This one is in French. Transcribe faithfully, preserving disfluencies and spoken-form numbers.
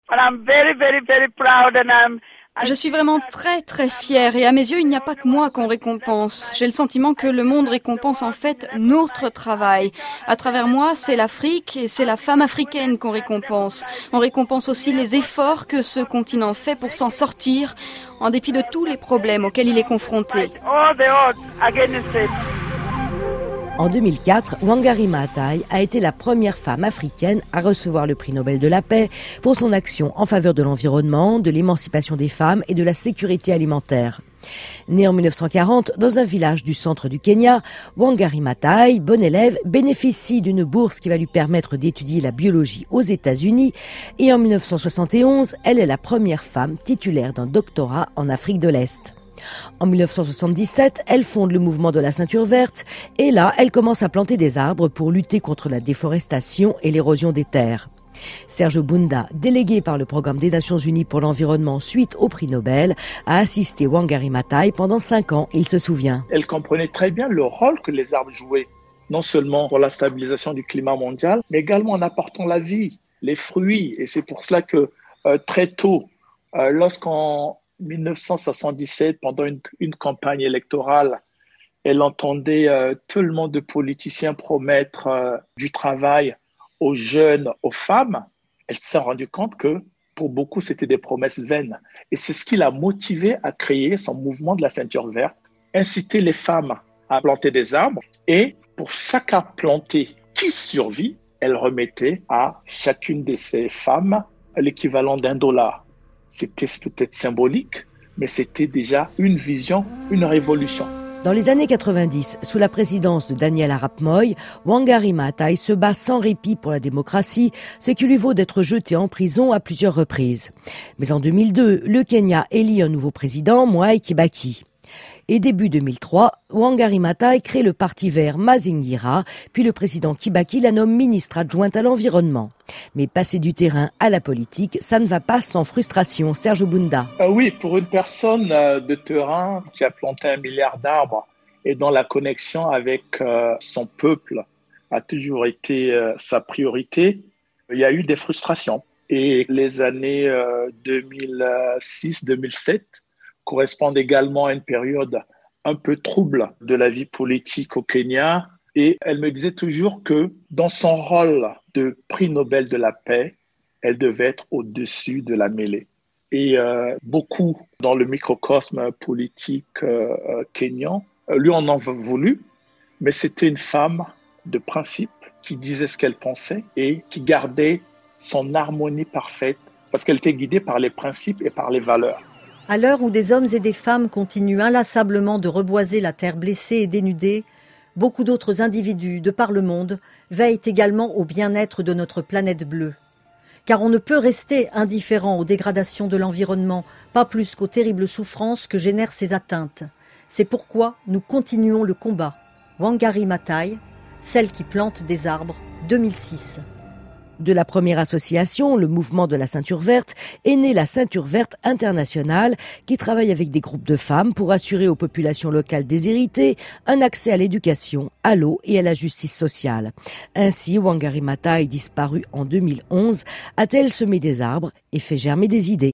Je suis vraiment très très fière et à mes yeux, il n'y a pas que moi qu'on récompense. J'ai le sentiment que le monde récompense en fait notre travail. À travers moi, c'est l'Afrique et c'est la femme africaine qu'on récompense. On récompense aussi les efforts que ce continent fait pour s'en sortir, en dépit de tous les problèmes auxquels il est confronté. En deux mille quatre, Wangari Maathai a été la première femme africaine à recevoir le prix Nobel de la paix pour son action en faveur de l'environnement, de l'émancipation des femmes et de la sécurité alimentaire. Née en mille neuf cent quarante dans un village du centre du Kenya, Wangari Maathai, bonne élève, bénéficie d'une bourse qui va lui permettre d'étudier la biologie aux États-Unis et en mille neuf cent soixante et onze, elle est la première femme titulaire d'un doctorat en Afrique de l'Est. En mille neuf cent soixante-dix-sept, elle fonde le mouvement de la ceinture verte et là, elle commence à planter des arbres pour lutter contre la déforestation et l'érosion des terres. Serge Bunda, délégué par le Programme des Nations Unies pour l'environnement suite au prix Nobel, a assisté Wangari Maathai pendant cinq ans, il se souvient. Elle comprenait très bien le rôle que les arbres jouaient, non seulement pour la stabilisation du climat mondial, mais également en apportant la vie, les fruits. Et c'est pour cela que euh, très tôt, euh, lorsqu'on mille neuf cent soixante-dix-sept, pendant une, une campagne électorale, elle entendait euh, tout le monde de politiciens promettre euh, du travail aux jeunes, aux femmes. Elle s'est rendue compte que pour beaucoup, c'était des promesses vaines. Et c'est ce qui l'a motivée à créer son mouvement de la ceinture verte, inciter les femmes à planter des arbres. Et pour chaque arbre planté qui survit, elle remettait à chacune de ces femmes l'équivalent d'un dollar. C'était peut-être symbolique, mais c'était déjà une vision, une révolution. Dans les années quatre-vingt-dix, sous la présidence de Daniel Arap Moi, Wangari Maathai se bat sans répit pour la démocratie, ce qui lui vaut d'être jeté en prison à plusieurs reprises. Mais en deux mille deux, le Kenya élit un nouveau président, Mwai Kibaki. Et début deux mille trois, Wangari Maathai crée le parti vert Mazingira, puis le président Kibaki la nomme ministre adjointe à l'environnement. Mais passer du terrain à la politique, ça ne va pas sans frustration. Serge Bunda. Euh, oui, pour une personne euh, de terrain qui a planté un milliard d'arbres et dont la connexion avec euh, son peuple a toujours été euh, sa priorité, il y a eu des frustrations. Et les années euh, deux mille six deux mille sept correspondent également à une période un peu trouble de la vie politique au Kenya. Et elle me disait toujours que dans son rôle de prix Nobel de la paix, elle devait être au-dessus de la mêlée. Et euh, beaucoup dans le microcosme politique euh, kényan lui en ont voulu, mais c'était une femme de principe qui disait ce qu'elle pensait et qui gardait son harmonie parfaite parce qu'elle était guidée par les principes et par les valeurs. À l'heure où des hommes et des femmes continuent inlassablement de reboiser la terre blessée et dénudée, beaucoup d'autres individus de par le monde veillent également au bien-être de notre planète bleue. Car on ne peut rester indifférent aux dégradations de l'environnement, pas plus qu'aux terribles souffrances que génèrent ces atteintes. C'est pourquoi nous continuons le combat. Wangari Maathai, celle qui plante des arbres, deux mille six. De la première association, le mouvement de la ceinture verte, est née la ceinture verte internationale qui travaille avec des groupes de femmes pour assurer aux populations locales déshéritées un accès à l'éducation, à l'eau et à la justice sociale. Ainsi, Wangari Maathai, disparue en deux mille onze, a-t-elle semé des arbres et fait germer des idées.